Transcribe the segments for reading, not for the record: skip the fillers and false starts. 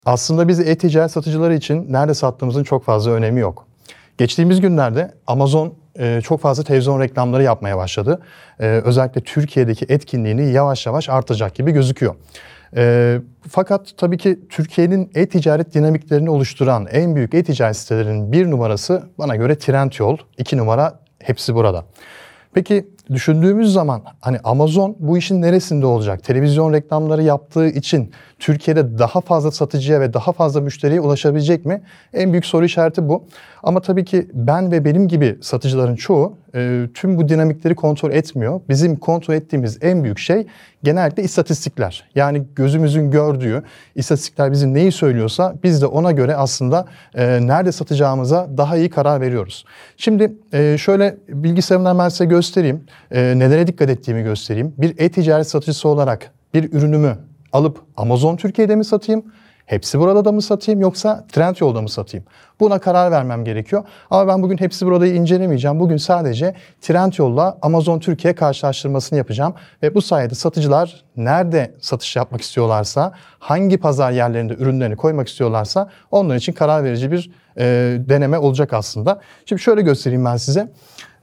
Aslında biz e-ticaret satıcıları için nerede sattığımızın çok fazla önemi yok. Geçtiğimiz günlerde Amazon çok fazla televizyon reklamları yapmaya başladı. Özellikle Türkiye'deki etkinliğini yavaş yavaş artacak gibi gözüküyor. Fakat tabii ki Türkiye'nin e-ticaret dinamiklerini oluşturan en büyük e-ticaret sitelerinin bir numarası bana göre Trendyol, 2 numara hepsi burada. Peki düşündüğümüz zaman hani Amazon bu işin neresinde olacak? Televizyon reklamları yaptığı için Türkiye'de daha fazla satıcıya ve daha fazla müşteriye ulaşabilecek mi? En büyük soru işareti bu. Ama tabii ki ben ve benim gibi satıcıların çoğu tüm bu dinamikleri kontrol etmiyor. Bizim kontrol ettiğimiz en büyük şey genellikle istatistikler. Yani gözümüzün gördüğü istatistikler bizim neyi söylüyorsa biz de ona göre aslında nerede satacağımıza daha iyi karar veriyoruz. Şimdi şöyle bilgisayarımdan ben size göstereyim. Nelere dikkat ettiğimi göstereyim. Bir e-ticaret satıcısı olarak bir ürünümü alıp Amazon Türkiye'de mi satayım? Hepsi burada da mı satayım yoksa Trendyol'da mı satayım? Buna karar vermem gerekiyor. Ama ben bugün hepsi buradayı incelemeyeceğim. Bugün sadece Trendyol'la Amazon Türkiye karşılaştırmasını yapacağım. Ve bu sayede satıcılar nerede satış yapmak istiyorlarsa, hangi pazar yerlerinde ürünlerini koymak istiyorlarsa onlar için karar verici bir deneme olacak aslında. Şimdi şöyle göstereyim ben size.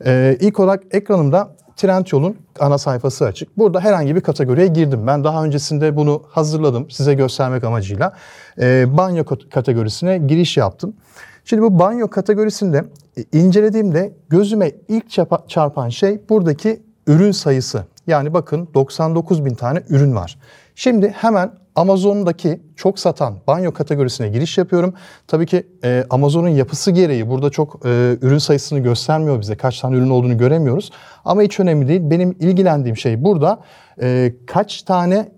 İlk olarak ekranımda Trendyol'un ana sayfası açık. Burada herhangi bir kategoriye girdim. Ben daha öncesinde bunu hazırladım size göstermek amacıyla. Banyo kategorisine giriş yaptım. Şimdi bu banyo kategorisinde incelediğimde gözüme ilk çarpan şey buradaki ürün sayısı. Yani bakın 99.000 tane ürün var. Şimdi hemen Amazon'daki çok satan banyo kategorisine giriş yapıyorum. Tabii ki Amazon'un yapısı gereği burada çok ürün sayısını göstermiyor bize. Kaç tane ürün olduğunu göremiyoruz. Ama hiç önemli değil. Benim ilgilendiğim şey burada kaç tane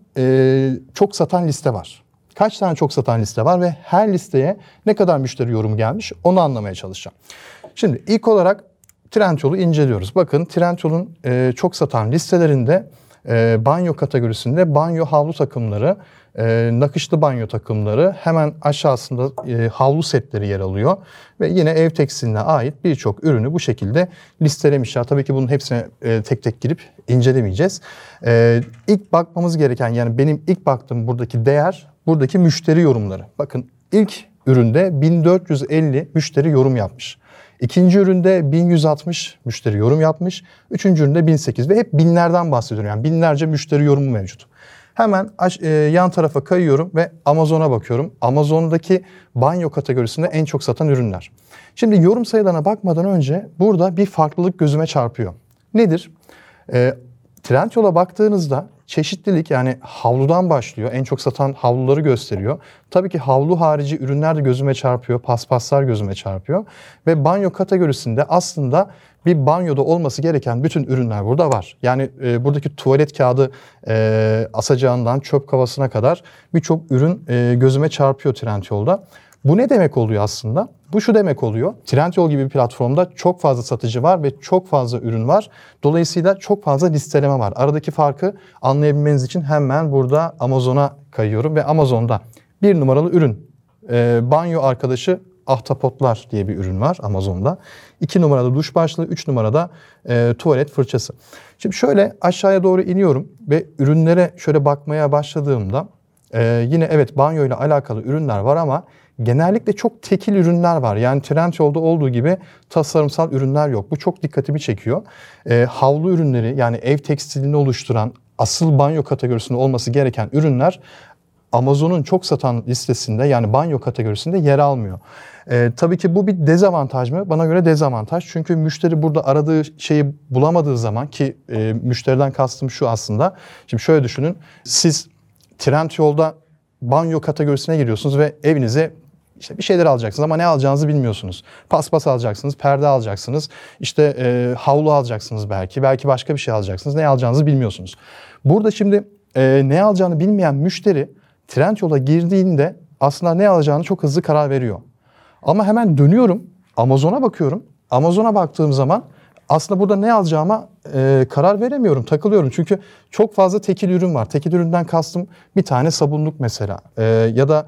çok satan liste var. Kaç tane çok satan liste var ve her listeye ne kadar müşteri yorumu gelmiş onu anlamaya çalışacağım. Şimdi ilk olarak Trendyol'u inceliyoruz. Bakın Trendyol'un çok satan listelerinde banyo kategorisinde banyo havlu takımları, nakışlı banyo takımları, hemen aşağısında havlu setleri yer alıyor. Ve yine ev tekstiline ait birçok ürünü bu şekilde listelemişler. Tabii ki bunun hepsine tek tek girip incelemeyeceğiz. İlk bakmamız gereken, yani benim ilk baktığım buradaki değer, buradaki müşteri yorumları. Bakın ilk üründe 1450 müşteri yorum yapmış. İkinci üründe 1160 müşteri yorum yapmış. Üçüncü üründe 1008 ve hep binlerden bahsediyorum. Yani binlerce müşteri yorumu mevcut. Hemen yan tarafa kayıyorum ve Amazon'a bakıyorum. Amazon'daki banyo kategorisinde en çok satan ürünler. Şimdi yorum sayılarına bakmadan önce burada bir farklılık gözüme çarpıyor. Nedir? Trendyol'a baktığınızda çeşitlilik, yani havludan başlıyor. En çok satan havluları gösteriyor. Tabii ki havlu harici ürünler de gözüme çarpıyor. Paspaslar gözüme çarpıyor. Ve banyo kategorisinde aslında bir banyoda olması gereken bütün ürünler burada var. Yani buradaki tuvalet kağıdı asacağından çöp kovasına kadar birçok ürün gözüme çarpıyor Trendyol'da. Bu ne demek oluyor aslında? Bu şu demek oluyor. Trendyol gibi bir platformda çok fazla satıcı var ve çok fazla ürün var. Dolayısıyla çok fazla listeleme var. Aradaki farkı anlayabilmeniz için hemen burada Amazon'a kayıyorum ve Amazon'da bir numaralı ürün, banyo arkadaşı ahtapotlar diye bir ürün var Amazon'da. 2 numarada duş başlığı, 3 numarada tuvalet fırçası. Şimdi şöyle aşağıya doğru iniyorum ve ürünlere şöyle bakmaya başladığımda yine evet banyo ile alakalı ürünler var ama genellikle çok tekil ürünler var. Yani Trendyol'da olduğu gibi tasarımsal ürünler yok. Bu çok dikkatimi çekiyor. Havlu ürünleri, yani ev tekstilini oluşturan asıl banyo kategorisinde olması gereken ürünler Amazon'un çok satan listesinde, yani banyo kategorisinde yer almıyor. Tabii ki bu bir dezavantaj mı? Bana göre dezavantaj. Çünkü müşteri burada aradığı şeyi bulamadığı zaman, ki müşteriden kastım şu aslında. Şimdi şöyle düşünün. Siz Trendyol'da banyo kategorisine giriyorsunuz ve evinize İşte bir şeyler alacaksınız ama ne alacağınızı bilmiyorsunuz. Paspas alacaksınız, perde alacaksınız, işte havlu alacaksınız belki. Belki başka bir şey alacaksınız. Ne alacağınızı bilmiyorsunuz. Burada şimdi ne alacağını bilmeyen müşteri Trendyol'a girdiğinde aslında ne alacağını çok hızlı karar veriyor. Ama hemen dönüyorum, Amazon'a bakıyorum. Amazon'a baktığım zaman aslında burada ne alacağıma karar veremiyorum, takılıyorum. Çünkü çok fazla tekil ürün var. Tekil üründen kastım bir tane sabunluk mesela. Ya da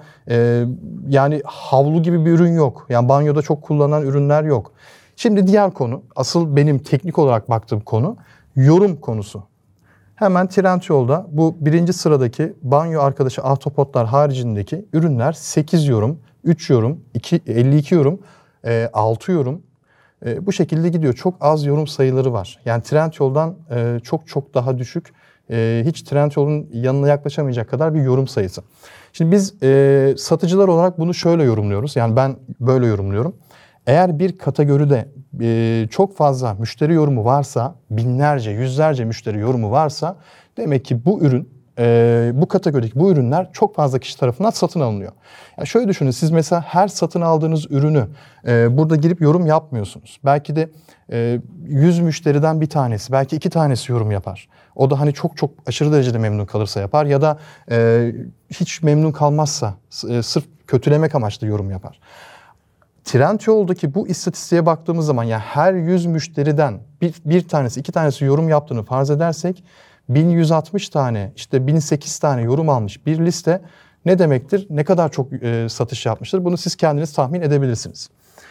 yani havlu gibi bir ürün yok. Yani banyoda çok kullanılan ürünler yok. Şimdi diğer konu, asıl benim teknik olarak baktığım konu yorum konusu. Hemen Trendyol'da bu birinci sıradaki banyo arkadaşı ahtapotlar haricindeki ürünler 8 yorum, 3 yorum, 52 yorum, 6 yorum bu şekilde gidiyor. Çok az yorum sayıları var. Yani Trendyol'dan çok daha düşük. Hiç Trendyol'un yanına yaklaşamayacak kadar bir yorum sayısı. Şimdi biz satıcılar olarak bunu şöyle yorumluyoruz. Yani ben böyle yorumluyorum. Eğer bir kategoride çok fazla müşteri yorumu varsa, binlerce, yüzlerce müşteri yorumu varsa demek ki bu ürün, bu kategorideki bu ürünler çok fazla kişi tarafından satın alınıyor. Yani şöyle düşünün, siz mesela her satın aldığınız ürünü burada girip yorum yapmıyorsunuz. Belki de 100 müşteriden bir tanesi, belki 2 tanesi yorum yapar. O da hani çok aşırı derecede memnun kalırsa yapar ya da hiç memnun kalmazsa sırf kötülemek amaçlı yorum yapar. Trendyol'daki bu istatistiğe baktığımız zaman yani her 100 müşteriden bir tanesi, 2 tanesi yorum yaptığını farz edersek 1160 tane, işte 1008 tane yorum almış bir liste ne demektir? Ne kadar çok satış yapmıştır? Bunu siz kendiniz tahmin edebilirsiniz.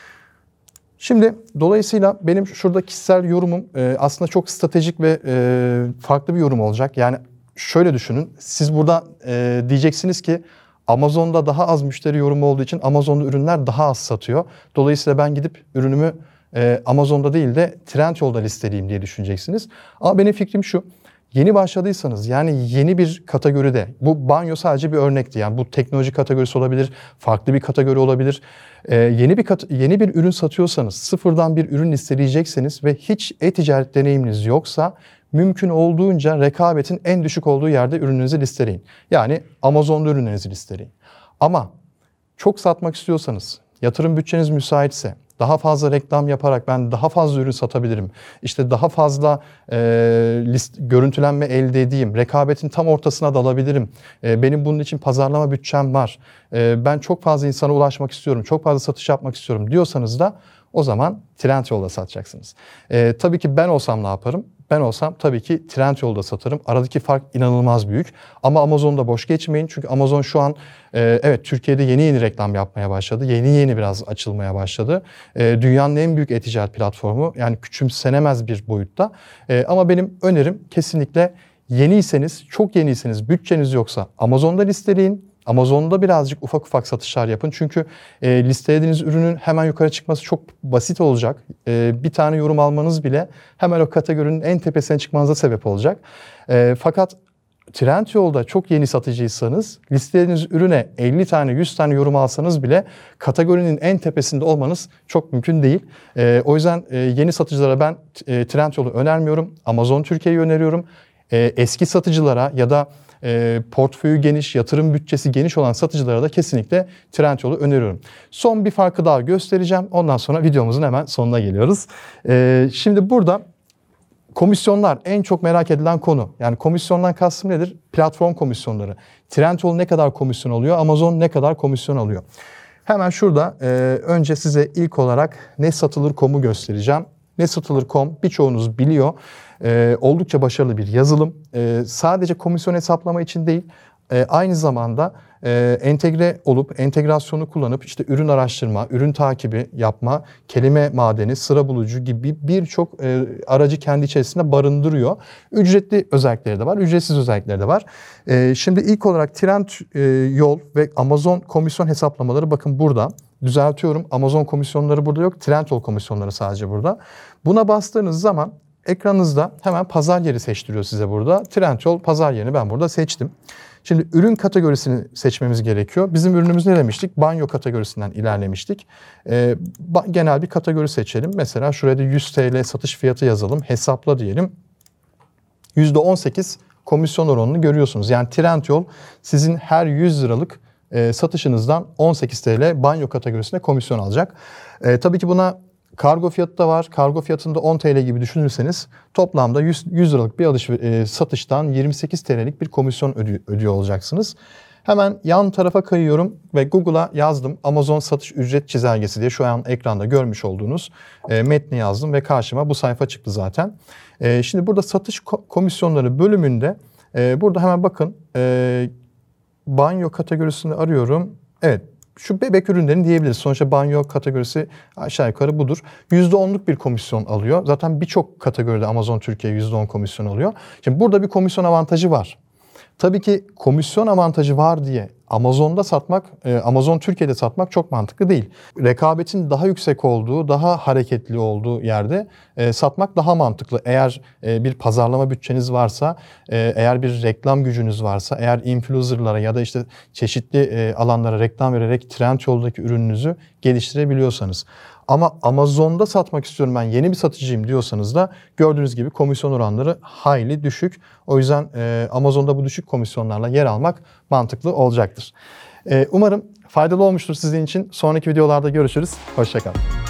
Şimdi dolayısıyla benim şurada kişisel yorumum aslında çok stratejik ve farklı bir yorum olacak. Yani şöyle düşünün, siz burada diyeceksiniz ki Amazon'da daha az müşteri yorumu olduğu için Amazon'da ürünler daha az satıyor. Dolayısıyla ben gidip ürünümü Amazon'da değil de Trendyol'da listeleyeyim diye düşüneceksiniz. Ama benim fikrim şu. Yeni başladıysanız, yani yeni bir kategoride, bu banyo sadece bir örnekti. Yani bu teknoloji kategorisi olabilir, farklı bir kategori olabilir. Yeni bir ürün satıyorsanız, sıfırdan bir ürün listeleyecekseniz ve hiç e-ticaret deneyiminiz yoksa mümkün olduğunca rekabetin en düşük olduğu yerde ürününüzü listeleyin. Yani Amazon'da ürünlerinizi listeleyin. Ama çok satmak istiyorsanız, yatırım bütçeniz müsaitse, daha fazla reklam yaparak ben daha fazla ürün satabilirim, İşte daha fazla görüntülenme elde edeyim, rekabetin tam ortasına dalabilirim, benim bunun için pazarlama bütçem var, ben çok fazla insana ulaşmak istiyorum, çok fazla satış yapmak istiyorum diyorsanız da o zaman Trendyol'da satacaksınız. Tabii ki ben olsam ne yaparım? Ben olsam tabii ki Trendyol'da satarım. Aradaki fark inanılmaz büyük. Ama Amazon'da boş geçmeyin. Çünkü Amazon şu an evet Türkiye'de yeni reklam yapmaya başladı. Yeni biraz açılmaya başladı. Dünyanın en büyük e-ticaret platformu. Yani küçümsenemez bir boyutta. Ama benim önerim kesinlikle yeniyseniz, çok yeniyseniz, bütçeniz yoksa Amazon'da listeleyin. Amazon'da birazcık ufak satışlar yapın. Çünkü listelediğiniz ürünün hemen yukarı çıkması çok basit olacak. Bir tane yorum almanız bile hemen o kategorinin en tepesine çıkmanıza sebep olacak. Fakat Trendyol'da çok yeni satıcıysanız listelediğiniz ürüne 50 tane 100 tane yorum alsanız bile kategorinin en tepesinde olmanız çok mümkün değil. O yüzden yeni satıcılara ben Trendyol'u önermiyorum. Amazon Türkiye'yi öneriyorum. Eski satıcılara ya da portföyü geniş, yatırım bütçesi geniş olan satıcılara da kesinlikle Trendyol'u öneriyorum. Son bir farkı daha göstereceğim. Ondan sonra videomuzun hemen sonuna geliyoruz. Şimdi burada komisyonlar en çok merak edilen konu. Yani komisyondan kastım nedir? Platform komisyonları. Trendyol ne kadar komisyon alıyor? Amazon ne kadar komisyon alıyor? Hemen şurada önce size ilk olarak nesatılır.com'u göstereceğim. Nesatılır.com birçoğunuz biliyor. Oldukça başarılı bir yazılım. Sadece komisyon hesaplama için değil, aynı zamanda entegre olup, entegrasyonu kullanıp işte ürün araştırma, ürün takibi yapma, kelime madeni, sıra bulucu gibi birçok aracı kendi içerisinde barındırıyor. Ücretli özellikleri de var, ücretsiz özellikleri de var. Şimdi ilk olarak Trendyol ve Amazon komisyon hesaplamaları bakın burada. Düzeltiyorum, Amazon komisyonları burada yok, Trendyol komisyonları sadece burada. Buna bastığınız zaman ekranınızda hemen pazar yeri seçtiriyor size burada. Trendyol pazar yerini ben burada seçtim. Şimdi ürün kategorisini seçmemiz gerekiyor. Bizim ürünümüz ne demiştik? Banyo kategorisinden ilerlemiştik. Genel bir kategori seçelim. Mesela şuraya da 100 TL satış fiyatı yazalım. Hesapla diyelim. %18 komisyon oranını görüyorsunuz. Yani Trendyol sizin her 100 liralık satışınızdan 18 TL banyo kategorisine komisyon alacak. Tabii ki buna kargo fiyatı da var. Kargo fiyatında 10 TL gibi düşünürseniz toplamda 100 liralık bir satıştan 28 TL'lik bir komisyon ödüyor olacaksınız. Hemen yan tarafa kayıyorum ve Google'a yazdım. Amazon satış ücret çizelgesi diye şu an ekranda görmüş olduğunuz metni yazdım ve karşıma bu sayfa çıktı zaten. Şimdi burada satış komisyonları bölümünde burada hemen bakın banyo kategorisini arıyorum. Evet. şu bebek ürünlerini diyebiliriz. Sonuçta banyo kategorisi aşağı yukarı budur. %10'luk bir komisyon alıyor. Zaten birçok kategoride Amazon Türkiye %10 komisyon alıyor. Şimdi burada bir komisyon avantajı var. Tabii ki komisyon avantajı var diye Amazon'da satmak, Amazon Türkiye'de satmak çok mantıklı değil. Rekabetin daha yüksek olduğu, daha hareketli olduğu yerde satmak daha mantıklı. Eğer bir pazarlama bütçeniz varsa, eğer bir reklam gücünüz varsa, eğer influencerlara ya da işte çeşitli alanlara reklam vererek Trendyol'daki ürününüzü geliştirebiliyorsanız. Ama Amazon'da satmak istiyorum, ben yeni bir satıcıyım diyorsanız da gördüğünüz gibi komisyon oranları hayli düşük. O yüzden Amazon'da bu düşük komisyonlarla yer almak mantıklı olacaktır. Umarım faydalı olmuştur sizin için. Sonraki videolarda görüşürüz. Hoşça kalın.